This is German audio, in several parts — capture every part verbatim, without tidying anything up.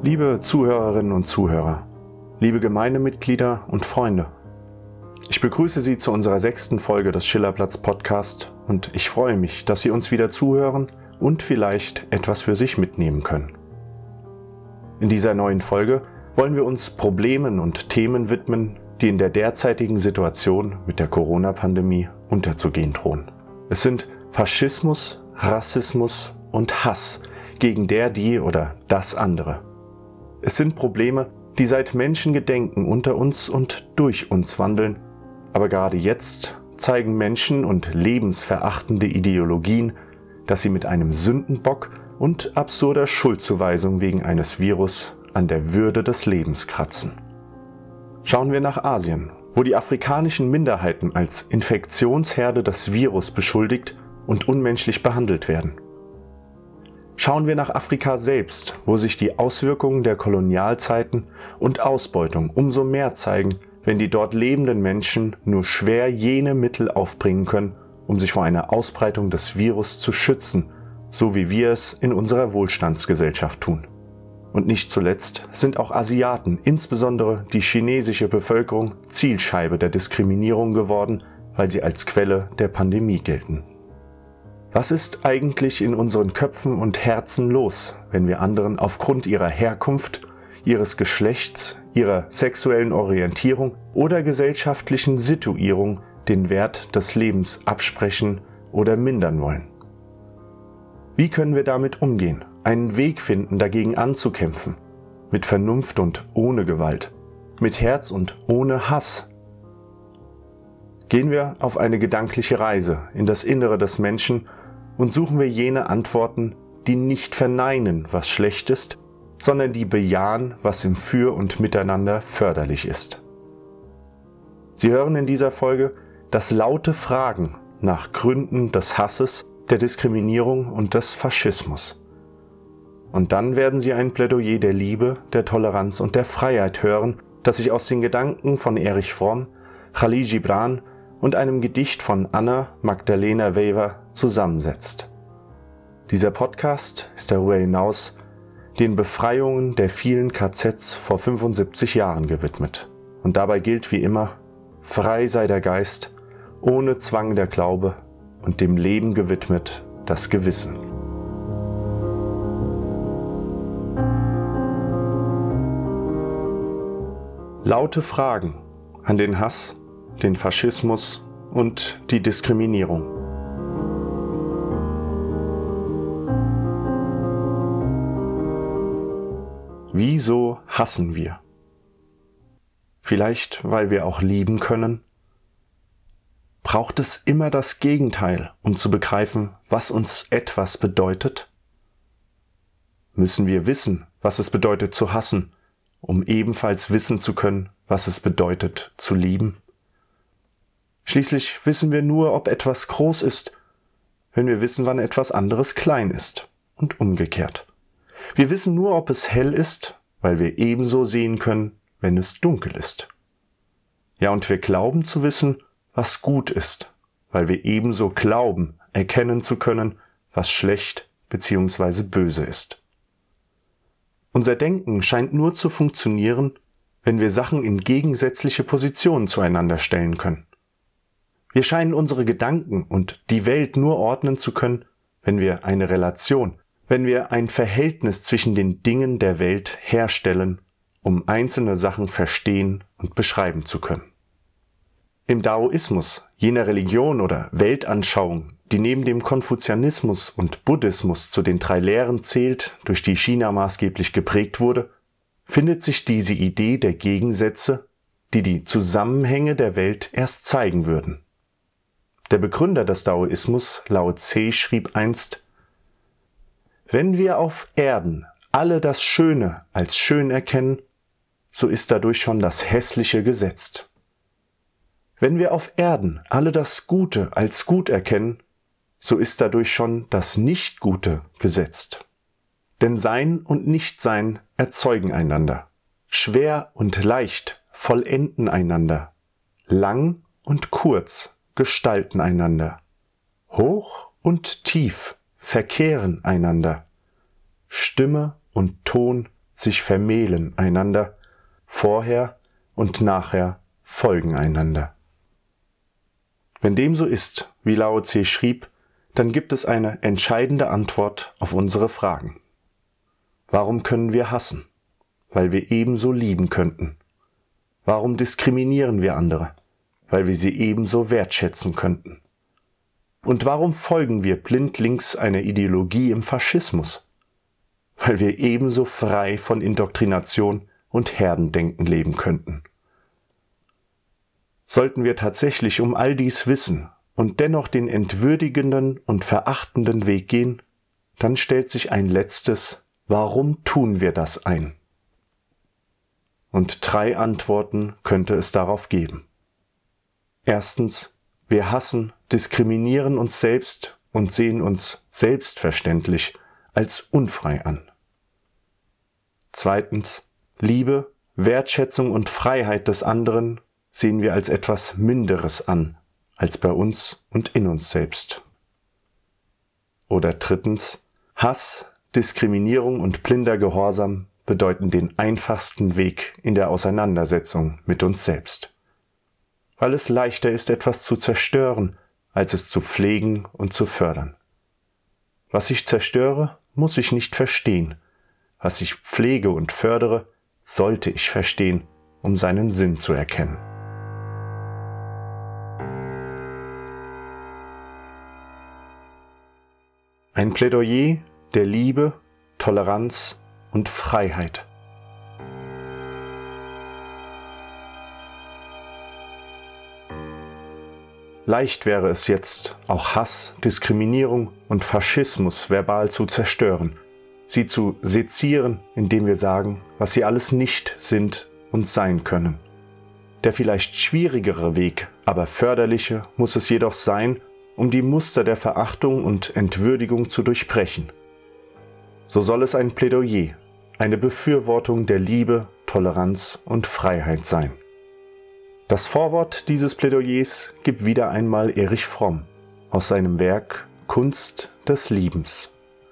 Liebe Zuhörerinnen und Zuhörer, liebe Gemeindemitglieder und Freunde, ich begrüße Sie zu unserer sechsten Folge des Schillerplatz Podcast und ich freue mich, dass Sie uns wieder zuhören und vielleicht etwas für sich mitnehmen können. In dieser neuen Folge wollen wir uns Problemen und Themen widmen, die in der derzeitigen Situation mit der Corona-Pandemie unterzugehen drohen. Es sind Faschismus, Rassismus und Hass gegen der, die oder das andere. Es sind Probleme, die seit Menschengedenken unter uns und durch uns wandeln, aber gerade jetzt zeigen Menschen und lebensverachtende Ideologien, dass sie mit einem Sündenbock und absurder Schuldzuweisung wegen eines Virus an der Würde des Lebens kratzen. Schauen wir nach Asien, wo die afrikanischen Minderheiten als Infektionsherde des Virus beschuldigt und unmenschlich behandelt werden. Schauen wir nach Afrika selbst, wo sich die Auswirkungen der Kolonialzeiten und Ausbeutung umso mehr zeigen, wenn die dort lebenden Menschen nur schwer jene Mittel aufbringen können, um sich vor einer Ausbreitung des Virus zu schützen, so wie wir es in unserer Wohlstandsgesellschaft tun. Und nicht zuletzt sind auch Asiaten, insbesondere die chinesische Bevölkerung, Zielscheibe der Diskriminierung geworden, weil sie als Quelle der Pandemie gelten. Was ist eigentlich in unseren Köpfen und Herzen los, wenn wir anderen aufgrund ihrer Herkunft, ihres Geschlechts, ihrer sexuellen Orientierung oder gesellschaftlichen Situierung den Wert des Lebens absprechen oder mindern wollen? Wie können wir damit umgehen, einen Weg finden, dagegen anzukämpfen, mit Vernunft und ohne Gewalt, mit Herz und ohne Hass? Gehen wir auf eine gedankliche Reise in das Innere des Menschen und suchen wir jene Antworten, die nicht verneinen, was schlecht ist, sondern die bejahen, was im Für und Miteinander förderlich ist. Sie hören in dieser Folge das laute Fragen nach Gründen des Hasses, der Diskriminierung und des Faschismus. Und dann werden Sie ein Plädoyer der Liebe, der Toleranz und der Freiheit hören, das sich aus den Gedanken von Erich Fromm, Khalil Gibran und einem Gedicht von Anna Magdalena Weber zusammensetzt. Dieser Podcast ist darüber hinaus den Befreiungen der vielen K Zs vor fünfundsiebzig Jahren gewidmet. Und dabei gilt wie immer: Frei sei der Geist, ohne Zwang der Glaube und dem Leben gewidmet das Gewissen. Laute Fragen an den Hass, den Faschismus und die Diskriminierung. Wieso hassen wir? Vielleicht, weil wir auch lieben können? Braucht es immer das Gegenteil, um zu begreifen, was uns etwas bedeutet? Müssen wir wissen, was es bedeutet zu hassen, um ebenfalls wissen zu können, was es bedeutet zu lieben? Schließlich wissen wir nur, ob etwas groß ist, wenn wir wissen, wann etwas anderes klein ist und umgekehrt. Wir wissen nur, ob es hell ist, weil wir ebenso sehen können, wenn es dunkel ist. Ja, und wir glauben zu wissen, was gut ist, weil wir ebenso glauben, erkennen zu können, was schlecht bzw. böse ist. Unser Denken scheint nur zu funktionieren, wenn wir Sachen in gegensätzliche Positionen zueinander stellen können. Wir scheinen unsere Gedanken und die Welt nur ordnen zu können, wenn wir eine Relation, wenn wir ein Verhältnis zwischen den Dingen der Welt herstellen, um einzelne Sachen verstehen und beschreiben zu können. Im Daoismus, jener Religion oder Weltanschauung, die neben dem Konfuzianismus und Buddhismus zu den drei Lehren zählt, durch die China maßgeblich geprägt wurde, findet sich diese Idee der Gegensätze, die die Zusammenhänge der Welt erst zeigen würden. Der Begründer des Daoismus, Lao Tse, schrieb einst: Wenn wir auf Erden alle das Schöne als schön erkennen, so ist dadurch schon das Hässliche gesetzt. Wenn wir auf Erden alle das Gute als gut erkennen, so ist dadurch schon das Nicht-Gute gesetzt. Denn Sein und Nichtsein erzeugen einander. Schwer und leicht vollenden einander. Lang und kurz gestalten einander. Hoch und tief verkehren einander. Stimme und Ton sich vermählen einander, vorher und nachher folgen einander. Wenn dem so ist, wie Lao Tse schrieb, dann gibt es eine entscheidende Antwort auf unsere Fragen. Warum können wir hassen? Weil wir ebenso lieben könnten. Warum diskriminieren wir andere? Weil wir sie ebenso wertschätzen könnten. Und warum folgen wir blindlings einer Ideologie im Faschismus? Weil wir ebenso frei von Indoktrination und Herdendenken leben könnten. Sollten wir tatsächlich um all dies wissen und dennoch den entwürdigenden und verachtenden Weg gehen, dann stellt sich ein letztes Warum tun wir das ein? Und drei Antworten könnte es darauf geben. Erstens, wir hassen, diskriminieren uns selbst und sehen uns selbstverständlich als unfrei an. Zweitens, Liebe, Wertschätzung und Freiheit des anderen sehen wir als etwas Minderes an, als bei uns und in uns selbst. Oder drittens, Hass, Diskriminierung und blinder Gehorsam bedeuten den einfachsten Weg in der Auseinandersetzung mit uns selbst. Weil es leichter ist, etwas zu zerstören, als es zu pflegen und zu fördern. Was ich zerstöre, muss ich nicht verstehen. Was ich pflege und fördere, sollte ich verstehen, um seinen Sinn zu erkennen. Ein Plädoyer der Liebe, Toleranz und Freiheit. Leicht wäre es jetzt, auch Hass, Diskriminierung und Faschismus verbal zu zerstören, sie zu sezieren, indem wir sagen, was sie alles nicht sind und sein können. Der vielleicht schwierigere Weg, aber förderliche muss es jedoch sein, um die Muster der Verachtung und Entwürdigung zu durchbrechen. So soll es ein Plädoyer, eine Befürwortung der Liebe, Toleranz und Freiheit sein. Das Vorwort dieses Plädoyers gibt wieder einmal Erich Fromm aus seinem Werk Kunst des Liebens.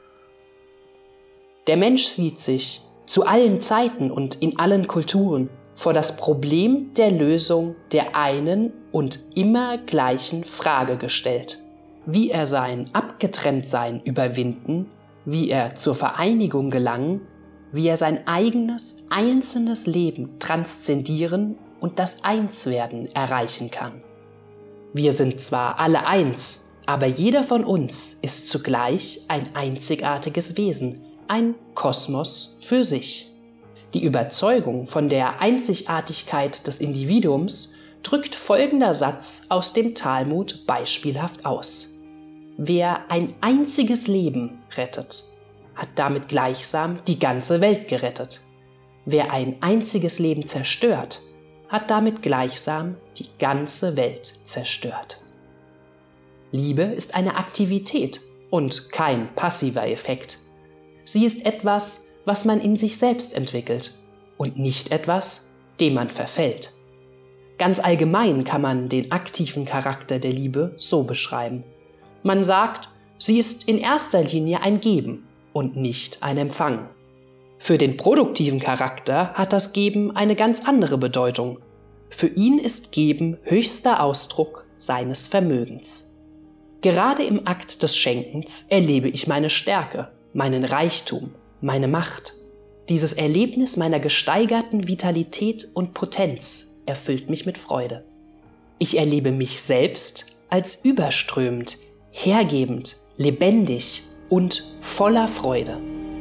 Der Mensch sieht sich zu allen Zeiten und in allen Kulturen vor das Problem der Lösung der einen und immer gleichen Frage gestellt, wie er sein Abgetrenntsein überwinden, wie er zur Vereinigung gelangen, wie er sein eigenes, einzelnes Leben transzendieren und das Einswerden erreichen kann. Wir sind zwar alle eins, aber jeder von uns ist zugleich ein einzigartiges Wesen, ein Kosmos für sich. Die Überzeugung von der Einzigartigkeit des Individuums drückt folgender Satz aus dem Talmud beispielhaft aus. Wer ein einziges Leben rettet, hat damit gleichsam die ganze Welt gerettet. Wer ein einziges Leben zerstört, hat damit gleichsam die ganze Welt zerstört. Liebe ist eine Aktivität und kein passiver Effekt. Sie ist etwas, was man in sich selbst entwickelt und nicht etwas, dem man verfällt. Ganz allgemein kann man den aktiven Charakter der Liebe so beschreiben. Man sagt, sie ist in erster Linie ein Geben und nicht ein Empfangen. Für den produktiven Charakter hat das Geben eine ganz andere Bedeutung. Für ihn ist Geben höchster Ausdruck seines Vermögens. Gerade im Akt des Schenkens erlebe ich meine Stärke, meinen Reichtum, meine Macht. Dieses Erlebnis meiner gesteigerten Vitalität und Potenz erfüllt mich mit Freude. Ich erlebe mich selbst als überströmend, hergebend, lebendig und voller Freude.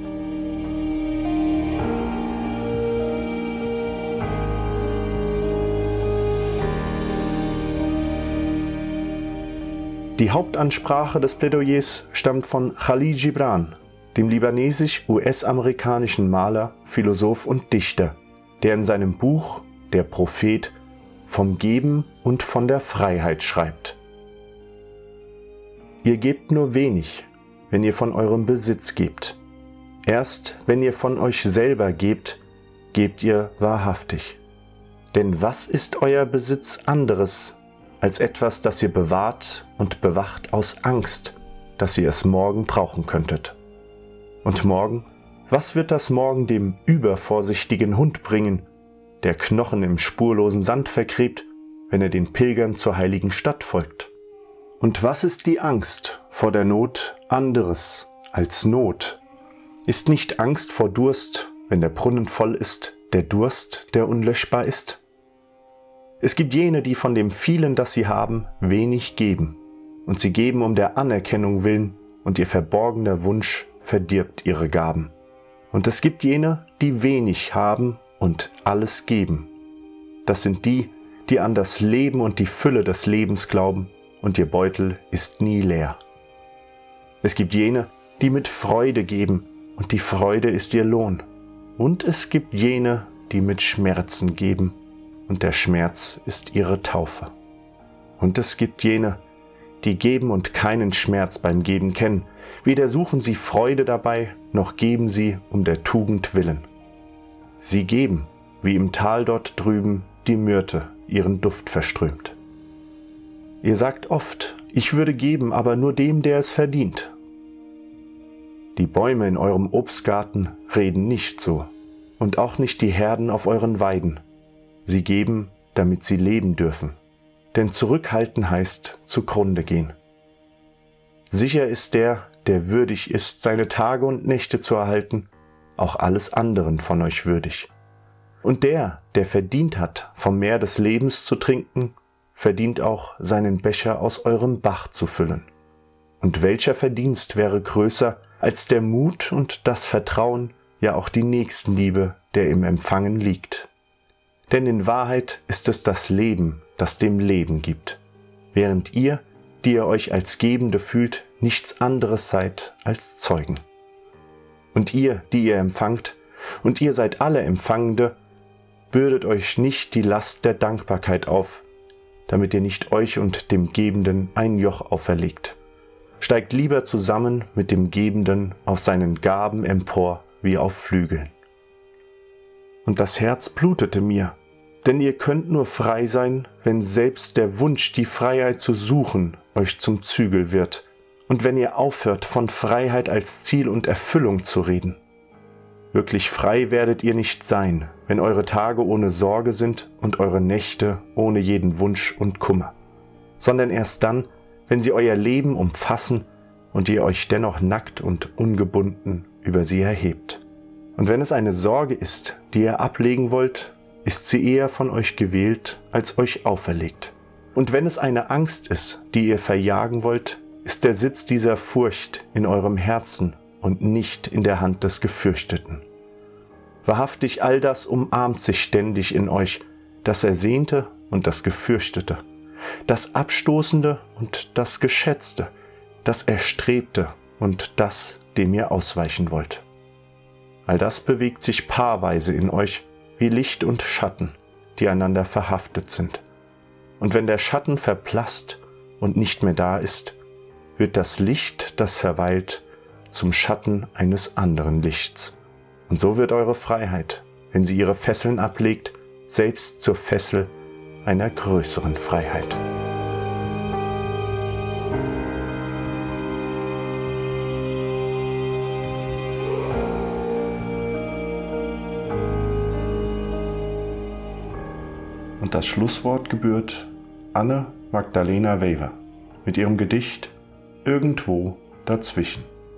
Die Hauptansprache des Plädoyers stammt von Khalil Gibran, dem libanesisch-U S-amerikanischen Maler, Philosoph und Dichter, der in seinem Buch Der Prophet vom Geben und von der Freiheit schreibt. Ihr gebt nur wenig, wenn ihr von eurem Besitz gebt. Erst wenn ihr von euch selber gebt, gebt ihr wahrhaftig. Denn was ist euer Besitz anderes als etwas, das ihr bewahrt und bewacht aus Angst, dass ihr es morgen brauchen könntet? Und morgen, Was wird das morgen dem übervorsichtigen Hund bringen, der Knochen im spurlosen Sand vergräbt, wenn er den Pilgern zur heiligen Stadt folgt? Und was ist die Angst vor der Not anderes als Not? Ist nicht Angst vor Durst, wenn der Brunnen voll ist, der Durst, der unlöschbar ist? Es gibt jene, die von dem vielen, das sie haben, wenig geben, und sie geben um der Anerkennung willen, und ihr verborgener Wunsch verdirbt ihre Gaben. Und es gibt jene, die wenig haben und alles geben. Das sind die, die an das Leben und die Fülle des Lebens glauben, und ihr Beutel ist nie leer. Es gibt jene, die mit Freude geben, und die Freude ist ihr Lohn. Und es gibt jene, die mit Schmerzen geben, und der Schmerz ist ihre Taufe. Und es gibt jene, die geben und keinen Schmerz beim Geben kennen. Weder suchen sie Freude dabei, noch geben sie um der Tugend willen. Sie geben, wie im Tal dort drüben die Myrte ihren Duft verströmt. Ihr sagt oft, ich würde geben, aber nur dem, der es verdient. Die Bäume in eurem Obstgarten reden nicht so, und auch nicht die Herden auf euren Weiden. Sie geben, damit sie leben dürfen, denn zurückhalten heißt zugrunde gehen. Sicher ist der, der würdig ist, seine Tage und Nächte zu erhalten, auch alles anderen von euch würdig. Und der, der verdient hat, vom Meer des Lebens zu trinken, verdient auch, seinen Becher aus eurem Bach zu füllen. Und welcher Verdienst wäre größer als der Mut und das Vertrauen, ja auch die Nächstenliebe, der im Empfangen liegt? Denn in Wahrheit ist es das Leben, das dem Leben gibt, während ihr, die ihr euch als Gebende fühlt, nichts anderes seid als Zeugen. Und ihr, die ihr empfangt, und ihr seid alle Empfangende, bürdet euch nicht die Last der Dankbarkeit auf, damit ihr nicht euch und dem Gebenden ein Joch auferlegt. Steigt lieber zusammen mit dem Gebenden auf seinen Gaben empor wie auf Flügeln. Und das Herz blutete mir, denn ihr könnt nur frei sein, wenn selbst der Wunsch, die Freiheit zu suchen, euch zum Zügel wird, und wenn ihr aufhört, von Freiheit als Ziel und Erfüllung zu reden. Wirklich frei werdet ihr nicht sein, wenn eure Tage ohne Sorge sind und eure Nächte ohne jeden Wunsch und Kummer, sondern erst dann, wenn sie euer Leben umfassen und ihr euch dennoch nackt und ungebunden über sie erhebt. Und wenn es eine Sorge ist, die ihr ablegen wollt, ist sie eher von euch gewählt, als euch auferlegt. Und wenn es eine Angst ist, die ihr verjagen wollt, ist der Sitz dieser Furcht in eurem Herzen und nicht in der Hand des Gefürchteten. Wahrhaftig, all das umarmt sich ständig in euch, das Ersehnte und das Gefürchtete, das Abstoßende und das Geschätzte, das Erstrebte und das, dem ihr ausweichen wollt. All das bewegt sich paarweise in euch, wie Licht und Schatten, die einander verhaftet sind. Und wenn der Schatten verblasst und nicht mehr da ist, wird das Licht, das verweilt, zum Schatten eines anderen Lichts. Und so wird eure Freiheit, wenn sie ihre Fesseln ablegt, selbst zur Fessel einer größeren Freiheit. Und das Schlusswort gebührt Anne Magdalena Wever mit ihrem Gedicht Irgendwo dazwischen.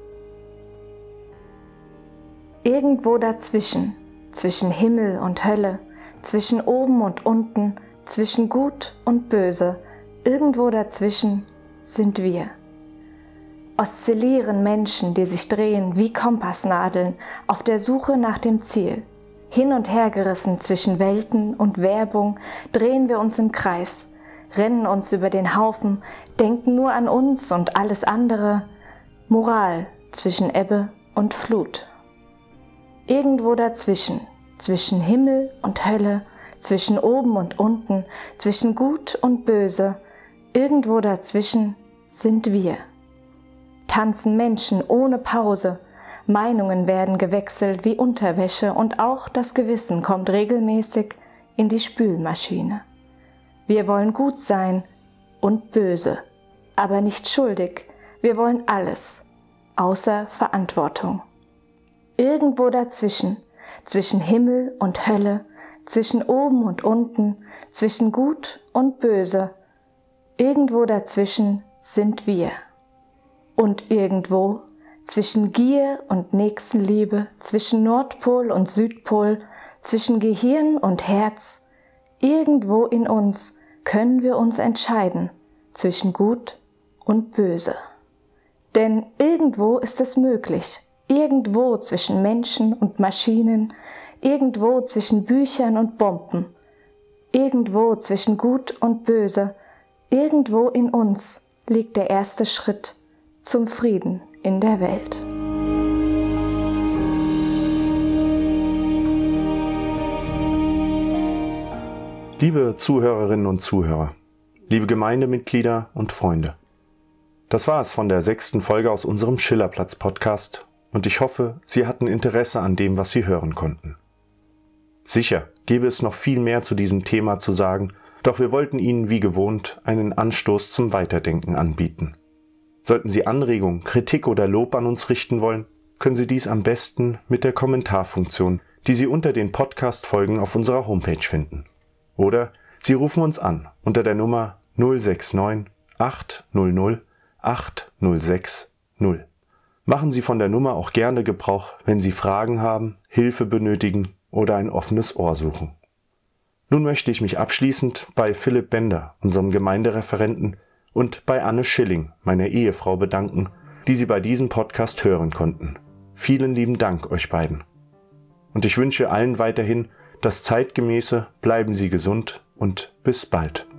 Irgendwo dazwischen, zwischen Himmel und Hölle, zwischen oben und unten, zwischen Gut und Böse, irgendwo dazwischen sind wir. Oszillieren Menschen, die sich drehen wie Kompassnadeln auf der Suche nach dem Ziel. Hin und her gerissen zwischen Welten und Werbung, drehen wir uns im Kreis, rennen uns über den Haufen, denken nur an uns und alles andere. Moral zwischen Ebbe und Flut. Irgendwo dazwischen, zwischen Himmel und Hölle, zwischen oben und unten, zwischen Gut und Böse, irgendwo dazwischen sind wir. Tanzen Menschen ohne Pause, Meinungen werden gewechselt wie Unterwäsche und auch das Gewissen kommt regelmäßig in die Spülmaschine. Wir wollen gut sein und böse, aber nicht schuldig. Wir wollen alles, außer Verantwortung. irgendwo dazwischen, zwischen Himmel und Hölle, zwischen oben und unten, zwischen Gut und Böse, irgendwo dazwischen sind wir. Und irgendwo zwischen Gier und Nächstenliebe, zwischen Nordpol und Südpol, zwischen Gehirn und Herz, irgendwo in uns können wir uns entscheiden zwischen Gut und Böse. Denn irgendwo ist es möglich, irgendwo zwischen Menschen und Maschinen, irgendwo zwischen Büchern und Bomben, irgendwo zwischen Gut und Böse, irgendwo in uns liegt der erste Schritt zum Frieden in der Welt. Liebe Zuhörerinnen und Zuhörer, liebe Gemeindemitglieder und Freunde, das war es von der sechsten Folge aus unserem Schillerplatz-Podcast und ich hoffe, Sie hatten Interesse an dem, was Sie hören konnten. Sicher gäbe es noch viel mehr zu diesem Thema zu sagen, doch wir wollten Ihnen wie gewohnt einen Anstoß zum Weiterdenken anbieten. Sollten Sie Anregungen, Kritik oder Lob an uns richten wollen, können Sie dies am besten mit der Kommentarfunktion, die Sie unter den Podcast-Folgen auf unserer Homepage finden. Oder Sie rufen uns an unter der Nummer null sechs neun acht null null acht null sechs null. Machen Sie von der Nummer auch gerne Gebrauch, wenn Sie Fragen haben, Hilfe benötigen oder ein offenes Ohr suchen. Nun möchte ich mich abschließend bei Philipp Bender, unserem Gemeindereferenten, und bei Anne Schilling, meiner Ehefrau, bedanken, die Sie bei diesem Podcast hören konnten. Vielen lieben Dank euch beiden. Und ich wünsche allen weiterhin das Zeitgemäße, bleiben Sie gesund und bis bald.